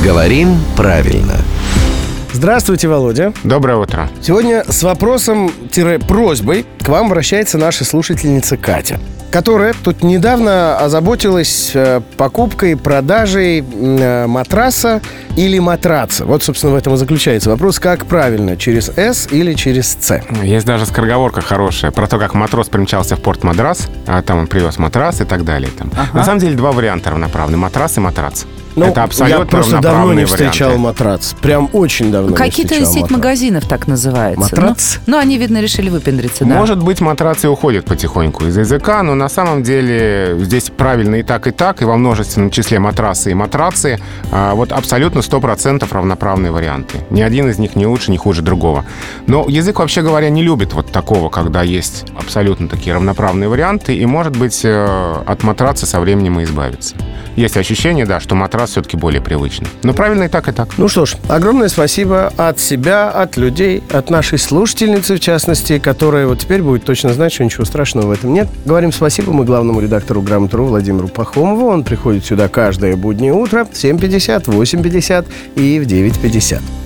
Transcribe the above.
Говорим правильно. Здравствуйте, Володя. Доброе утро. Сегодня с вопросом-просьбой к вам обращается наша слушательница Катя, которая тут недавно озаботилась покупкой, продажей матраса или матраца. Вот, собственно, в этом и заключается вопрос, как правильно, через «С» или через «Ц». Есть даже скороговорка хорошая про то, как матрос примчался в порт Мадрас, а там он привез матрас и так далее. На самом деле два варианта равноправны: матрас и матрац. Это абсолютно я просто давно не встречал варианты. матрац. Прям очень давно не встречал Какие-то сеть матрац. магазинов так называется. Матрац? Ну, они, видно, решили выпендриться, да. Может быть, матрацы уходят потихоньку из языка, но на самом деле здесь правильно и так, и во множественном числе матрасы и матрацы. Вот абсолютно 100% равноправные варианты. Ни один из них не лучше, не хуже другого. Но язык, вообще говоря, не любит вот такого, когда есть абсолютно такие равноправные варианты, и, может быть, от матраца со временем и избавиться. Есть ощущение, да, что матрас все-таки более привычный. Но правильно и так, и так. Ну что ж, огромное спасибо от себя, от людей, от нашей слушательницы, в частности, которая вот теперь будет точно знать, что ничего страшного в этом нет. Говорим спасибо мы главному редактору «Грамоты.ру» Владимиру Пахомову. Он приходит сюда каждое буднее утро в 7:50, в 8:50 и в 9:50.